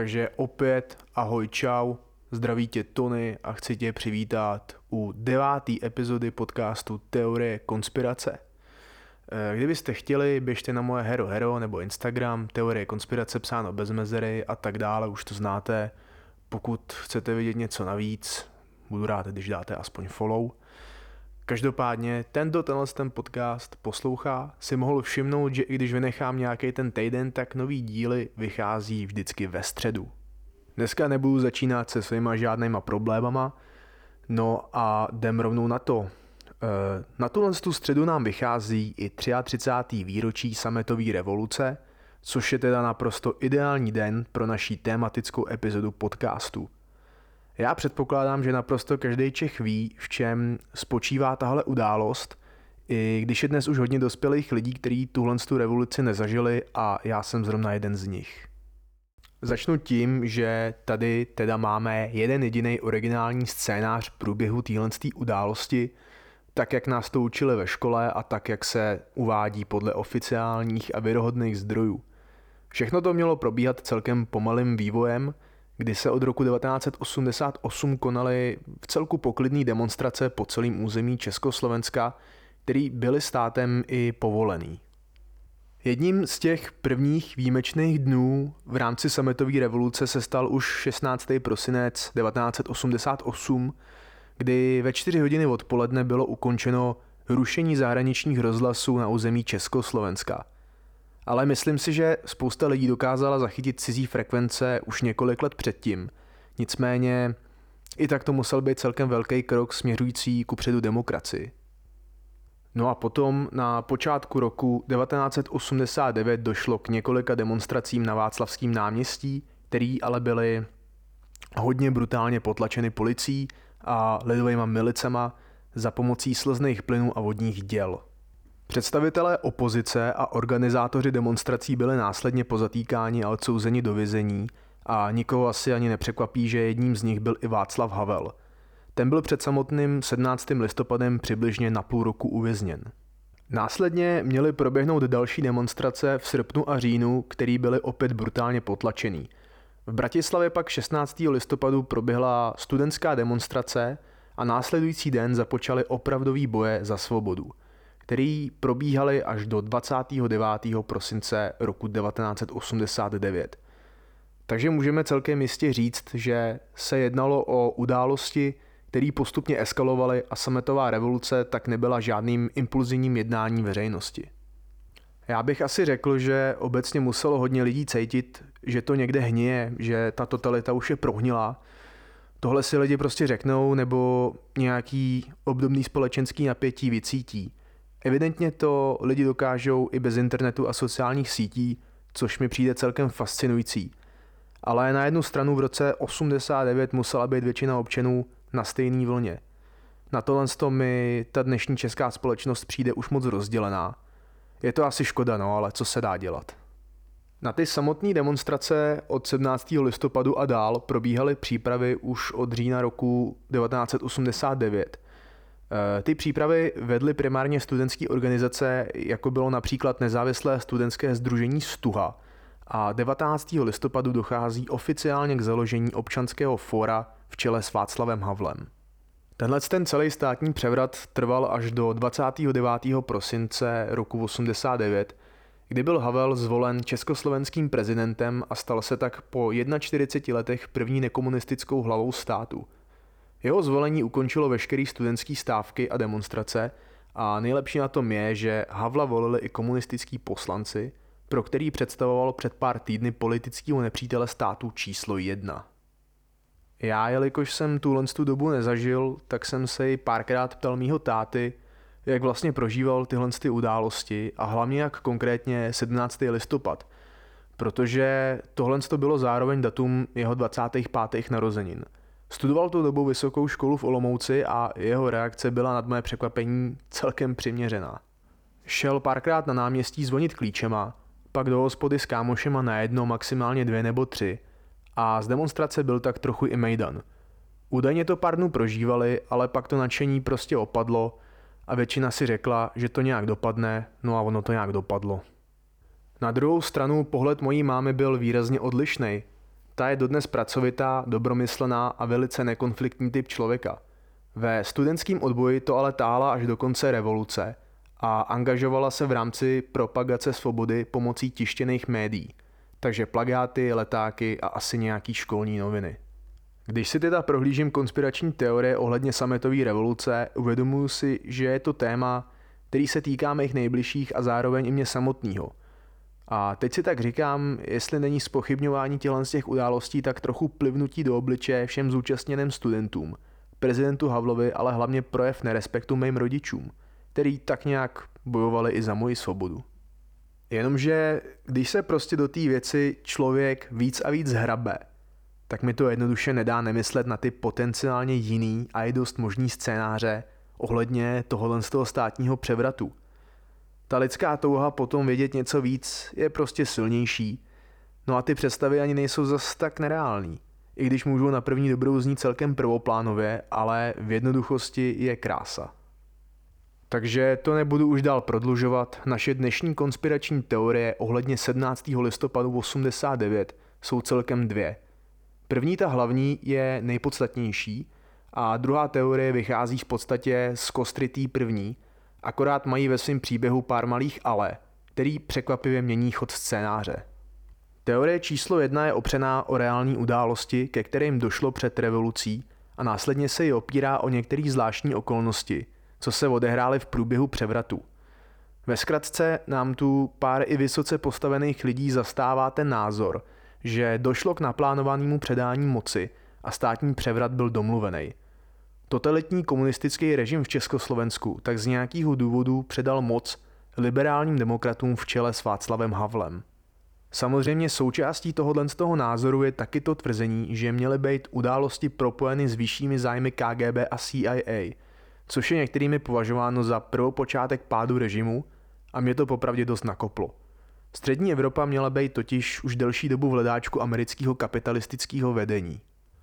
Takže opět ahoj čau, zdraví tě Tony a chci tě přivítat u 9. epizody podcastu Teorie konspirace. Kdybyste chtěli, běžte na moje Hero nebo Instagram, Teorie konspirace psáno bez mezery a tak dále, už to znáte. Pokud chcete vidět něco navíc, budu rád, když dáte aspoň follow. Každopádně ten podcast poslouchá, si mohl všimnout, že i když vynechám nějaký ten týden, tak nový díly vychází vždycky ve středu. Dneska nebudu začínat se svýma žádnýma problémama, no a jdem rovnou na to. Na tuhle středu nám vychází i 33. výročí sametové revoluce, což je teda naprosto ideální den pro naší tématickou epizodu podcastu. Já předpokládám, že naprosto každý Čech ví, v čem spočívá tahle událost, i když je dnes už hodně dospělých lidí, kteří tuhle revoluci nezažili a já jsem zrovna jeden z nich. Začnu tím, že tady teda máme jeden jediný originální scénář průběhu téhle události, tak jak nás to učili ve škole a tak jak se uvádí podle oficiálních a věrohodných zdrojů. Všechno to mělo probíhat celkem pomalým vývojem, kdy se od roku 1988 konaly v celku poklidné demonstrace po celém území Československa, který byly státem i povolený. Jedním z těch prvních výjimečných dnů v rámci sametové revoluce se stal už 16. prosinec 1988, kdy ve 4 hodiny odpoledne bylo ukončeno rušení zahraničních rozhlasů na území Československa. Ale myslím si, že spousta lidí dokázala zachytit cizí frekvence už několik let předtím. Nicméně i tak to musel být celkem velký krok směřující kupředu demokracii. No a potom na počátku roku 1989 došlo k několika demonstracím na Václavském náměstí, které ale byly hodně brutálně potlačeny policií a lidovýma milicema za pomocí slzných plynů a vodních děl. Představitelé opozice a organizátoři demonstrací byli následně pozatýkáni a odsouzeni do vězení a nikoho asi ani nepřekvapí, že jedním z nich byl i Václav Havel. Ten byl před samotným 17. listopadem přibližně na půl roku uvězněn. Následně měly proběhnout další demonstrace v srpnu a říjnu, které byly opět brutálně potlačený. V Bratislavě pak 16. listopadu proběhla studentská demonstrace a následující den započaly opravdový boje za svobodu, který probíhaly až do 29. prosince roku 1989. Takže můžeme celkem jistě říct, že se jednalo o události, které postupně eskalovaly a sametová revoluce tak nebyla žádným impulzivním jednáním veřejnosti. Já bych asi řekl, že obecně muselo hodně lidí cítit, že to někde hníje, že ta totalita už je prohnilá. Tohle si lidi prostě řeknou nebo nějaký obdobný společenský napětí vycítí. Evidentně to lidi dokážou i bez internetu a sociálních sítí, což mi přijde celkem fascinující. Ale na jednu stranu v roce 89 musela být většina občanů na stejné vlně. Na tohle mi ta dnešní česká společnost přijde už moc rozdělená. Je to asi škoda, no, ale co se dá dělat. Na ty samotné demonstrace od 17. listopadu a dál probíhaly přípravy už od října roku 1989. Ty přípravy vedly primárně studentské organizace, jako bylo například nezávislé studentské sdružení Stuha, a 19. listopadu dochází oficiálně k založení občanského fóra v čele s Václavem Havlem. Ten celý státní převrat trval až do 29. prosince roku 89, kdy byl Havel zvolen československým prezidentem a stal se tak po 41 letech první nekomunistickou hlavou státu. Jeho zvolení ukončilo veškeré studentské stávky a demonstrace a nejlepší na tom je, že Havla volili i komunistický poslanci, pro který představoval před pár týdny politického nepřítele státu číslo 1. Já, jelikož jsem tuhle dobu nezažil, tak jsem se i párkrát ptal mýho táty, jak vlastně prožíval tyhle události a hlavně jak konkrétně 17. listopad, protože tohle bylo zároveň datum jeho 25. narozenin. Studoval tu dobu vysokou školu v Olomouci a jeho reakce byla nad moje překvapení celkem přiměřená. Šel párkrát na náměstí zvonit klíčema, pak do hospody s kámošema na jedno, maximálně 2 nebo 3 a z demonstrace byl tak trochu i mejdan. Údajně to pár dnů prožívali, ale pak to nadšení prostě opadlo a většina si řekla, že to nějak dopadne, no a ono to nějak dopadlo. Na druhou stranu pohled mojí mámy byl výrazně odlišný. Ta je dodnes pracovitá, dobromyslná a velice nekonfliktní typ člověka. Ve studentském odboji to ale táhla až do konce revoluce a angažovala se v rámci propagace svobody pomocí tištěných médií, takže plakáty, letáky a asi nějaký školní noviny. Když si teda prohlížím konspirační teorie ohledně sametové revoluce, uvědomuji si, že je to téma, který se týká mých nejbližších a zároveň i mě samotného. A teď si tak říkám, jestli není zpochybňování těch událostí tak trochu plivnutí do obličeje všem zúčastněným studentům, prezidentu Havlovi, ale hlavně projev nerespektu mým rodičům, který tak nějak bojovali i za moji svobodu. Jenomže když se prostě do té věci člověk víc a víc hrabe, tak mi to jednoduše nedá nemyslet na ty potenciálně jiný a i dost možný scénáře ohledně tohohle z toho státního převratu. Ta lidská touha potom vědět něco víc je prostě silnější, no a ty představy ani nejsou zas tak nereální, i když můžou na první dobrou znít celkem prvoplánově, ale v jednoduchosti je krása. Takže to nebudu už dál prodlužovat, naše dnešní konspirační teorie ohledně 17. listopadu 89 jsou celkem dvě. První, ta hlavní, je nejpodstatnější a druhá teorie vychází v podstatě z kostry té první, akorát mají ve svém příběhu pár malých ale, který překvapivě mění chod scénáře. Teorie číslo 1 je opřená o reální události, ke kterým došlo před revolucí a následně se ji opírá o některé zvláštní okolnosti, co se odehrály v průběhu převratu. Ve zkratce nám tu pár i vysoce postavených lidí zastává ten názor, že došlo k naplánovanému předání moci a státní převrat byl domluvený. Totalitní komunistický režim v Československu tak z nějakého důvodu předal moc liberálním demokratům v čele s Václavem Havlem. Samozřejmě součástí tohoto názoru je taky to tvrzení, že měly být události propojeny s vyššími zájmy KGB a CIA, což je některými považováno za prvopočátek pádu režimu a mě to popravdě dost nakoplo. Střední Evropa měla být totiž už delší dobu v hledáčku amerického kapitalistického vedení.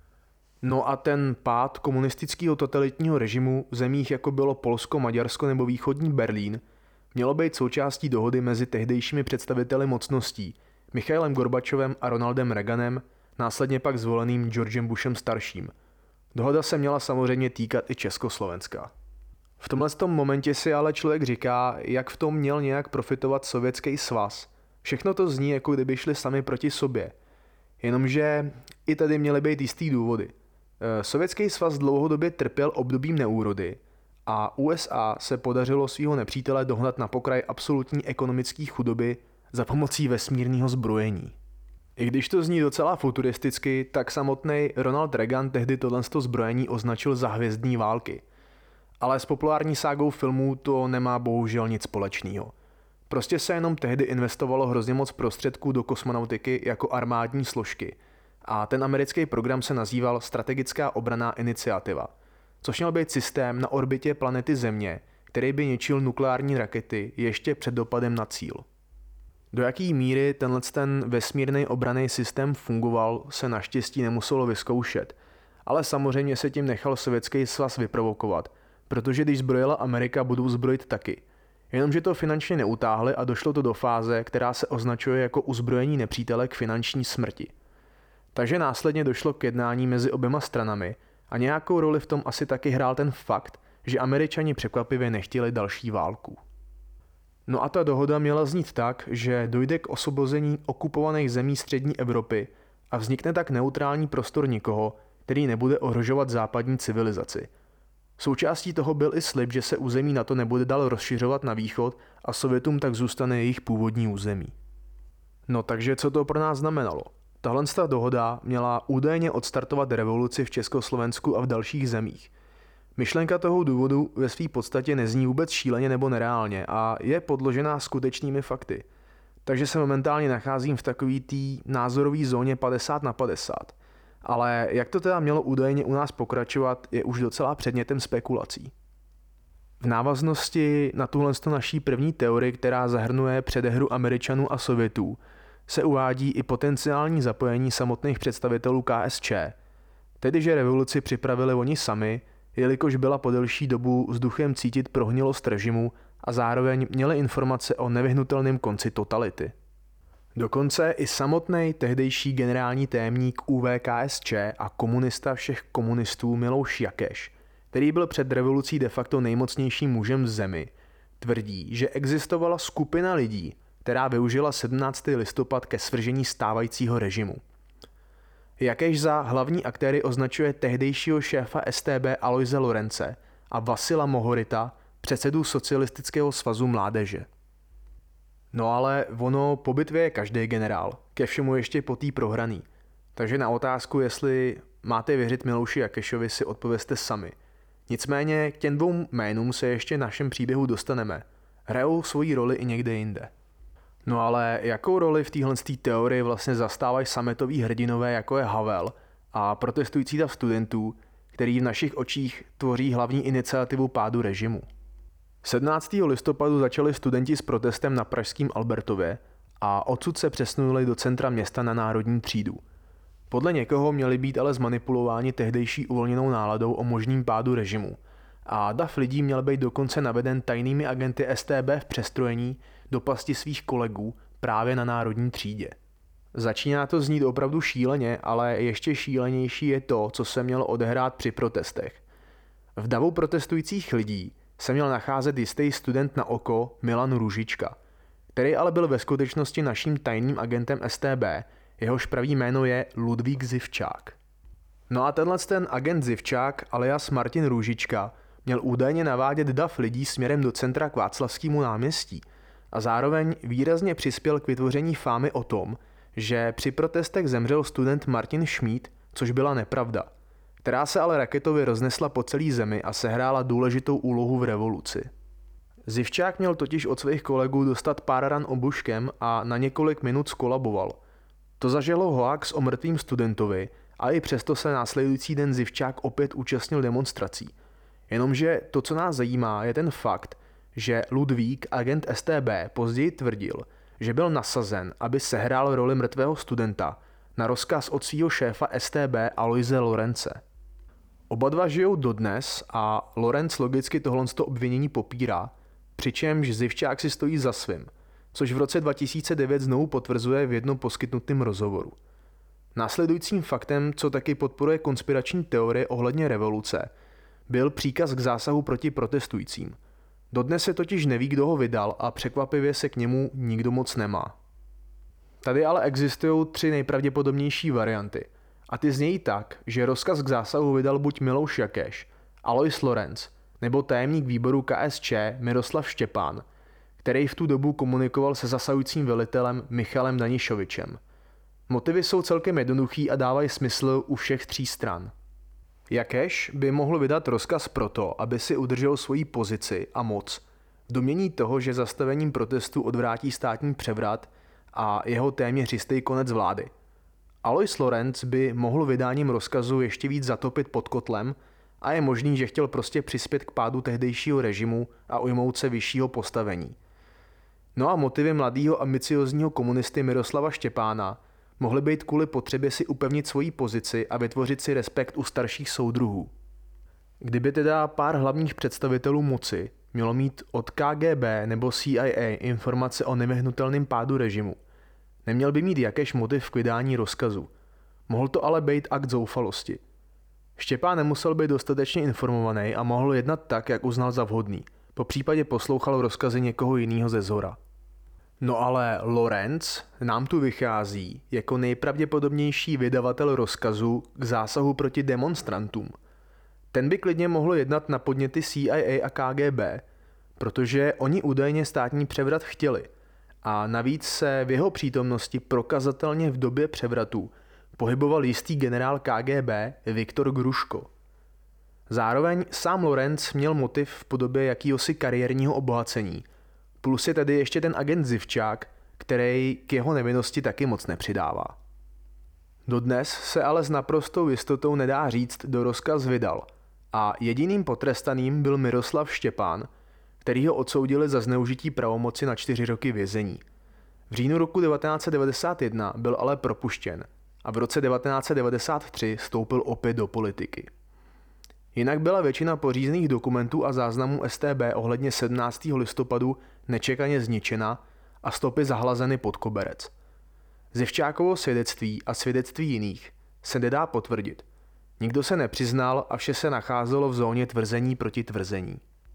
No a ten pád komunistického totalitního režimu v zemích jako bylo Polsko, Maďarsko nebo východní Berlín mělo být součástí dohody mezi tehdejšími představiteli mocností Michailem Gorbačovem a Ronaldem Reaganem, následně pak zvoleným Georgem Bushem starším. Dohoda se měla samozřejmě týkat i Československa. V tomhletom momentě si ale člověk říká, jak v tom měl nějak profitovat Sovětský svaz. Všechno to zní, jako kdyby šli sami proti sobě. Jenomže i tady měly být jistý důvody. Sovětský svaz dlouhodobě trpěl obdobím neúrody a USA se podařilo svého nepřítele dohnat na pokraj absolutní ekonomické chudoby za pomocí vesmírného zbrojení. I když to zní docela futuristicky, tak samotný Ronald Reagan tehdy tohle zbrojení označil za hvězdní války. Ale s populární ságou filmů to nemá bohužel nic společného. Prostě se jenom tehdy investovalo hrozně moc prostředků do kosmonautiky jako armádní složky a ten americký program se nazýval Strategická obranná iniciativa, což měl být systém na orbitě planety Země, který by ničil nukleární rakety ještě před dopadem na cíl. Do jaký míry ten vesmírný obranný systém fungoval, se naštěstí nemuselo vyzkoušet, ale samozřejmě se tím nechal Sovětský svaz vyprovokovat, protože když zbrojila Amerika, budou zbrojit taky. Jenomže to finančně neutáhli a došlo to do fáze, která se označuje jako uzbrojení nepřítele k finanční smrti. Takže následně došlo k jednání mezi oběma stranami a nějakou roli v tom asi taky hrál ten fakt, že Američani překvapivě nechtěli další válku. No a ta dohoda měla znít tak, že dojde k osvobození okupovaných zemí střední Evropy a vznikne tak neutrální prostor nikoho, který nebude ohrožovat západní civilizaci. Součástí toho byl i slib, že se území NATO nebude dál rozšiřovat na východ a Sovětům tak zůstane jejich původní území. No takže co to pro nás znamenalo? Tahle dohoda měla údajně odstartovat revoluci v Československu a v dalších zemích. Myšlenka toho důvodu ve své podstatě nezní vůbec šíleně nebo nereálně a je podložená skutečnými fakty. Takže se momentálně nacházím v takové té názorové zóně 50/50. Ale jak to teda mělo údajně u nás pokračovat, je už docela předmětem spekulací. V návaznosti na tuhle naší první teorii, která zahrnuje předehru Američanů a Sovětů, se uvádí i potenciální zapojení samotných představitelů KSČ, tedy že revoluci připravili oni sami, jelikož byla po delší dobu vzduchem cítit prohnilost režimu a zároveň měli informace o nevyhnutelném konci totality. Dokonce i samotný tehdejší generální tajemník ÚVKSČ a komunista všech komunistů Milouš Jakeš, který byl před revolucí de facto nejmocnějším mužem v zemi, tvrdí, že existovala skupina lidí, která využila 17. listopad ke svržení stávajícího režimu. Jakeš za hlavní aktéry označuje tehdejšího šéfa StB Aloise Lorence a Vasila Mohorita, předsedu Socialistického svazu mládeže. No ale ono po bitvě je každý generál, ke všemu ještě po té prohraný. Takže na otázku, jestli máte věřit Milouši Jakešovi, si odpovězte sami. Nicméně k těm dvou jménům se ještě v našem příběhu dostaneme. Hrajou svoji roli i někde jinde. No ale jakou roli v téhle teorii vlastně zastávají sametový hrdinové, jako je Havel a protestující dav studentů, který v našich očích tvoří hlavní iniciativu pádu režimu? 17. listopadu začali studenti s protestem na pražském Albertově a odsud se přesunuli do centra města na Národní třídu. Podle někoho měli být ale zmanipulováni tehdejší uvolněnou náladou o možným pádu režimu a dav lidí měl být dokonce naveden tajnými agenty StB v přestrojení do pasti svých kolegů právě na Národní třídě. Začíná to znít opravdu šíleně, ale ještě šílenější je to, co se mělo odehrát při protestech. V davu protestujících lidí se měl nacházet jistý student na oko Milan Růžička, který ale byl ve skutečnosti naším tajným agentem StB, jehož pravý jméno je Ludvík Zivčák. No a ten agent Zivčák alias Martin Růžička měl údajně navádět dav lidí směrem do centra k Václavskému náměstí a zároveň výrazně přispěl k vytvoření fámy o tom, že při protestech zemřel student Martin Šmíd, což byla nepravda, která se ale raketově roznesla po celé zemi a sehrála důležitou úlohu v revoluci. Zivčák měl totiž od svých kolegů dostat pár ran obuškem a na několik minut skolaboval. To zažilo hoax o mrtvým studentovi a i přesto se následující den Zivčák opět účastnil demonstrací. Jenomže to, co nás zajímá, je ten fakt, že Ludvík, agent StB, později tvrdil, že byl nasazen, aby sehrál roli mrtvého studenta na rozkaz od svého šéfa StB Aloise Lorence. Oba dva žijou dodnes a Lorenc logicky tohle obvinění popírá, přičemž Zivčák si stojí za svým, což v roce 2009 znovu potvrzuje v jednom poskytnutém rozhovoru. Následujícím faktem, co taky podporuje konspirační teorie ohledně revoluce, byl příkaz k zásahu proti protestujícím. Dodnes se totiž neví, kdo ho vydal a překvapivě se k němu nikdo moc nemá. Tady ale existují 3 nejpravděpodobnější varianty a ty znějí tak, že rozkaz k zásahu vydal buď Milouš Jakeš, Alois Lorenc nebo tajemník výboru KSČ Miroslav Štěpán, který v tu dobu komunikoval se zasahujícím velitelem Michalem Danišovičem. Motivy jsou celkem jednoduchý a dávají smysl u všech 3 stran. Jakeš by mohl vydat rozkaz proto, aby si udržel svoji pozici a moc, v domnění toho, že zastavením protestu odvrátí státní převrat a jeho téměř jistý konec vlády. Alois Lorenc by mohl vydáním rozkazu ještě víc zatopit pod kotlem a je možný, že chtěl prostě přispět k pádu tehdejšího režimu a ujmout se vyššího postavení. No a motivy mladého ambiciozního komunisty Miroslava Štěpána mohly být kvůli potřebě si upevnit svoji pozici a vytvořit si respekt u starších soudruhů. Kdyby teda pár hlavních představitelů moci mělo mít od KGB nebo CIA informace o nevyhnutelném pádu režimu, neměl by mít Jakeš motiv k vydání rozkazu. Mohl to ale být akt zoufalosti. Štěpán nemusel být dostatečně informovaný a mohl jednat tak, jak uznal za vhodný. Po případě poslouchal rozkazy někoho jiného ze zhora. No ale Lorenc nám tu vychází jako nejpravděpodobnější vydavatel rozkazu k zásahu proti demonstrantům. Ten by klidně mohl jednat na podněty CIA a KGB, protože oni údajně státní převrat chtěli a navíc se v jeho přítomnosti prokazatelně v době převratu pohyboval jistý generál KGB Viktor Gruško. Zároveň sám Lorenc měl motiv v podobě jakýhosi kariérního obohacení, plus je tady ještě ten agent Zivčák, který k jeho nevinnosti taky moc nepřidává. Dodnes se ale s naprostou jistotou nedá říct, kdo rozkaz vydal a jediným potrestaným byl Miroslav Štěpán, který ho odsoudili za zneužití pravomoci na 4 roky vězení. V říjnu roku 1991 byl ale propuštěn a v roce 1993 vstoupil opět do politiky. Jinak byla většina pořízených dokumentů a záznamů StB ohledně 17. listopadu nečekaně zničena a stopy zahlazeny pod koberec. Zevčákovo svědectví a svědectví jiných se nedá potvrdit. Nikdo se nepřiznal a vše se nacházelo v zóně tvrzení proti tvrzení.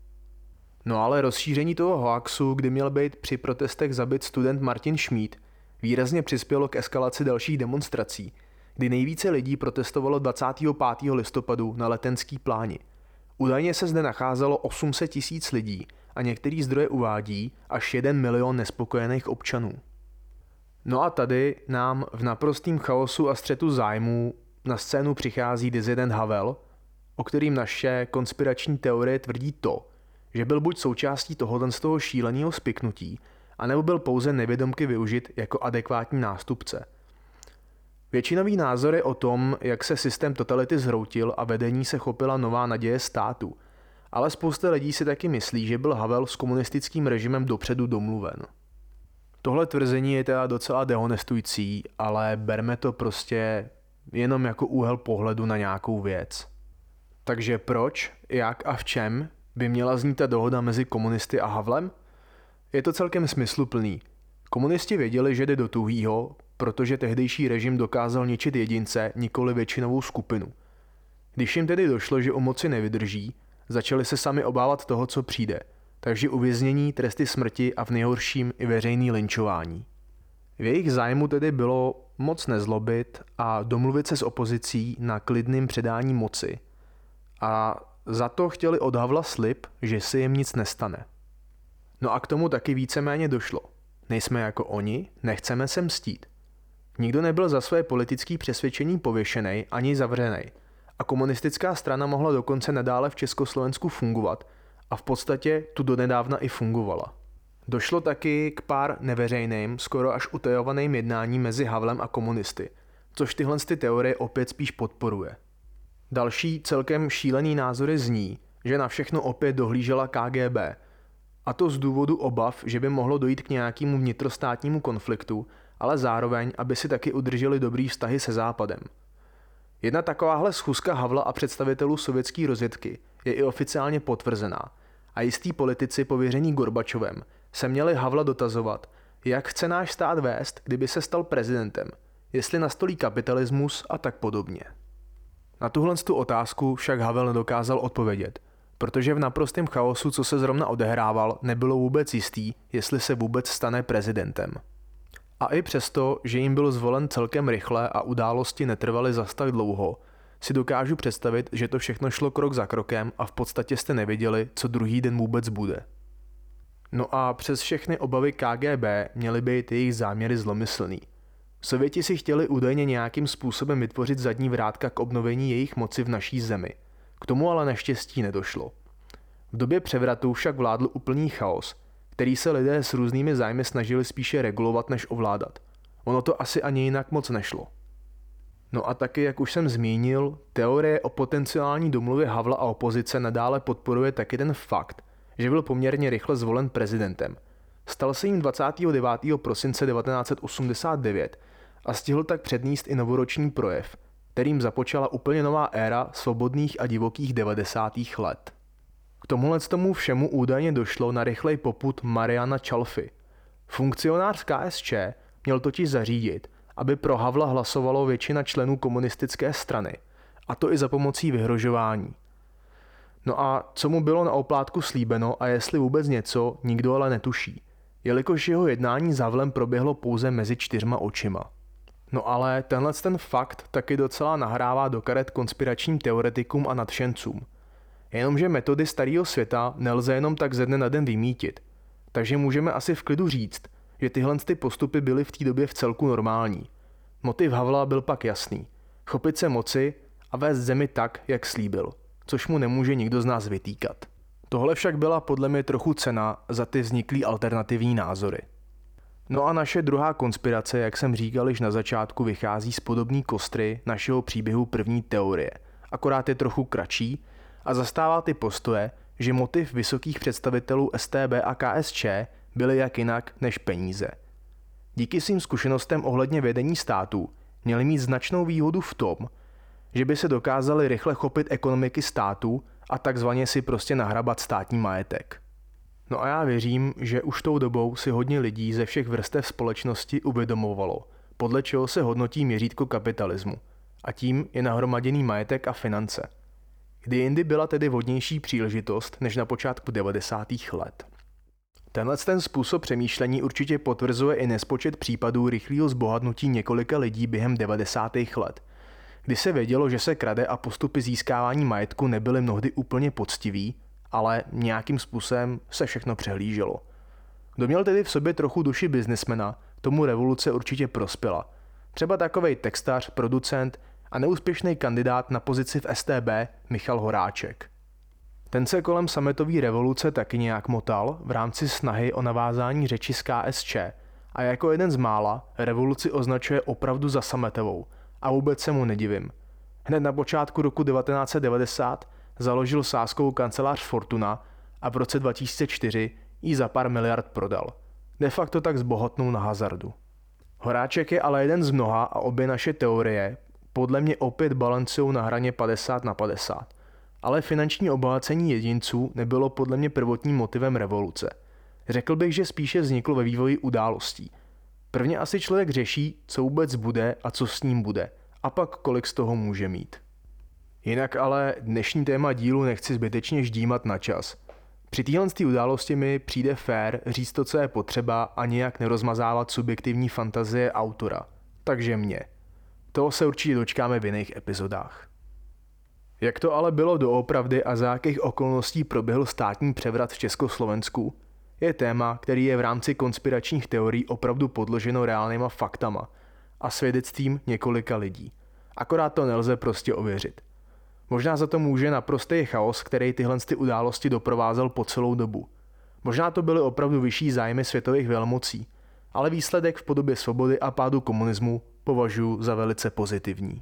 No ale rozšíření toho hoaxu, kdy měl být při protestech zabit student Martin Šmíd, výrazně přispělo k eskalaci dalších demonstrací, kdy nejvíce lidí protestovalo 25. listopadu na Letenský pláni. Údajně se zde nacházelo 800 000 lidí a některý zdroje uvádí až 1 milion nespokojených občanů. No a tady nám v naprostém chaosu a střetu zájmů na scénu přichází dizident Havel, o kterým naše konspirační teorie tvrdí to, že byl buď součástí tohoto z toho šíleného spiknutí, anebo byl pouze nevědomky využit jako adekvátní nástupce. Většinový názor je o tom, jak se systém totality zhroutil a vedení se chopila nová naděje státu, ale spousta lidí si taky myslí, že byl Havel s komunistickým režimem dopředu domluven. Tohle tvrzení je teda docela dehonestující, ale berme to prostě jenom jako úhel pohledu na nějakou věc. Takže proč, jak a v čem by měla znít ta dohoda mezi komunisty a Havlem? Je to celkem smysluplný. Komunisti věděli, že jde do tuhýho, protože tehdejší režim dokázal ničit jedince, nikoli většinovou skupinu. Když jim tedy došlo, že u moci nevydrží, začali se sami obávat toho, co přijde, takže uvěznění, tresty smrti a v nejhorším i veřejný lynčování. V jejich zájmu tedy bylo moc nezlobit a domluvit se s opozicí na klidným předání moci. A za to chtěli od Havla slib, že si jim nic nestane. No a k tomu taky víceméně došlo. Nejsme jako oni, nechceme se mstít. Nikdo nebyl za své politické přesvědčení pověšený ani zavřený a komunistická strana mohla dokonce nadále v Československu fungovat a v podstatě tu donedávna i fungovala. Došlo taky k pár neveřejným, skoro až utajovaným jednáním mezi Havlem a komunisty, což tyhle teorie opět spíš podporuje. Další celkem šílený názory zní, že na všechno opět dohlížela KGB, a to z důvodu obav, že by mohlo dojít k nějakému vnitrostátnímu konfliktu, ale zároveň, aby si taky udrželi dobrý vztahy se Západem. Jedna takováhle schůzka Havla a představitelů sovětské rozvědky je i oficiálně potvrzená a jistí politici pověření Gorbačovem se měli Havla dotazovat, jak chce náš stát vést, kdyby se stal prezidentem, jestli nastolí kapitalismus a tak podobně. Na tuhle otázku však Havel nedokázal odpovědět, protože v naprostém chaosu, co se zrovna odehrával, nebylo vůbec jistý, jestli se vůbec stane prezidentem. A i přesto, že jim byl zvolen celkem rychle a události netrvaly zas tak dlouho, si dokážu představit, že to všechno šlo krok za krokem a v podstatě jste nevěděli, co druhý den vůbec bude. No a přes všechny obavy KGB měly být jejich záměry zlomyslný. Sověti si chtěli údajně nějakým způsobem vytvořit zadní vrátka k obnovení jejich moci v naší zemi. K tomu ale naštěstí nedošlo. V době převratu však vládl úplný chaos, který se lidé s různými zájmy snažili spíše regulovat než ovládat. Ono to asi ani jinak moc nešlo. No a taky, jak už jsem zmínil, teorie o potenciální domluvě Havla a opozice nadále podporuje taky ten fakt, že byl poměrně rychle zvolen prezidentem. Stal se jím 29. prosince 1989 a stihl tak přednést i novoroční projev, kterým započala úplně nová éra svobodných a divokých 90. let. K tomu všemu údajně došlo na rychlej popud Mariana Čalfy. Funkcionář KSČ měl totiž zařídit, aby pro Havla hlasovalo většina členů komunistické strany, a to i za pomocí vyhrožování. No a co mu bylo na oplátku slíbeno a jestli vůbec něco, nikdo ale netuší, jelikož jeho jednání s Havlem proběhlo pouze mezi 4 očima. No ale ten fakt taky docela nahrává do karet konspiračním teoretikům a nadšencům. Jenomže metody starého světa nelze jenom tak ze dne na den vymítit, takže můžeme asi v klidu říct, že tyhle postupy byly v té době v celku normální. Motiv Havla byl pak jasný. Chopit se moci a vést zemi tak, jak slíbil, což mu nemůže nikdo z nás vytýkat. Tohle však byla podle mě trochu cena za ty vzniklý alternativní názory. No a naše druhá konspirace, jak jsem říkal již na začátku, vychází z podobné kostry našeho příběhu první teorie, akorát je trochu kratší a zastává ty postoje, že motiv vysokých představitelů StB a KSČ byly jak jinak než peníze. Díky svým zkušenostem ohledně vedení státu měli mít značnou výhodu v tom, že by se dokázali rychle chopit ekonomiky státu a takzvaně si prostě nahrabat státní majetek. No a já věřím, že už tou dobou si hodně lidí ze všech vrstev společnosti uvědomovalo, podle čeho se hodnotí měřítko kapitalismu, a tím je nahromaděný majetek a finance. Kdy jindy byla tedy vhodnější příležitost než na počátku 90. let. Ten způsob přemýšlení určitě potvrzuje i nespočet případů rychlého zbohatnutí několika lidí během 90. let, kdy se vědělo, že se krade a postupy získávání majetku nebyly mnohdy úplně poctivý, ale nějakým způsobem se všechno přehlíželo. Kdo měl tedy v sobě trochu duši biznesmena, tomu revoluce určitě prospěla. Třeba takovej textař, producent a neúspěšný kandidát na pozici v StB Michal Horáček. Ten se kolem sametové revoluce taky nějak motal v rámci snahy o navázání řeči z KSČ a jako jeden z mála revoluci označuje opravdu za sametovou a vůbec se mu nedivím. Hned na počátku roku 1990 založil sázkovou kancelář Fortuna a v roce 2004 ji za pár miliard prodal. De facto tak zbohatnul na hazardu. Horáček je ale jeden z mnoha a obě naše teorie podle mě opět balancují na hraně 50/50. Ale finanční obohacení jedinců nebylo podle mě prvotním motivem revoluce. Řekl bych, že spíše vzniklo ve vývoji událostí. Prvně asi člověk řeší, co vůbec bude a co s ním bude, a pak kolik z toho může mít. Jinak ale dnešní téma dílu nechci zbytečně ždímat na čas. Při téhle události mi přijde fér říct to, co je potřeba a nějak nerozmazávat subjektivní fantazie autora. Takže mě. Toho se určitě dočkáme v jiných epizodách. Jak to ale bylo doopravdy a za jakých okolností proběhl státní převrat v Československu, je téma, který je v rámci konspiračních teorií opravdu podloženo reálnýma faktama a svědectvím několika lidí. Akorát to nelze prostě ověřit. Možná za to může naprostý chaos, který tyhle události doprovázel po celou dobu. Možná to byly opravdu vyšší zájmy světových velmocí, ale výsledek v podobě svobody a pádu komunismu považuji za velice pozitivní.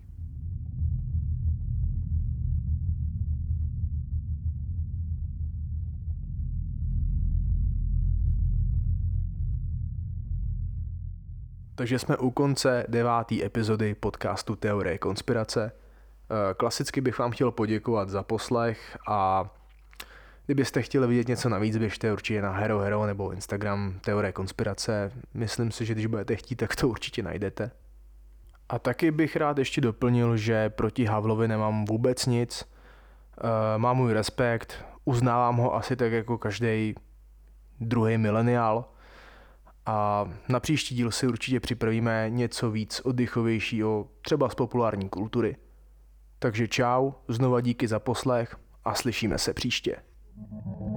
Takže jsme u konce 9. epizody podcastu Teorie konspirace. Klasicky bych vám chtěl poděkovat za poslech a kdybyste chtěli vidět něco navíc, běžte určitě na Hero nebo Instagram Teorie konspirace. Myslím si, že když budete chtít, tak to určitě najdete. A taky bych rád ještě doplnil, že proti Havlovi nemám vůbec nic. Mám můj respekt, uznávám ho asi tak jako každý druhý mileniál. A na příští díl si určitě připravíme něco víc oddychovějšího, třeba z populární kultury. Takže čau, znova díky za poslech a slyšíme se příště.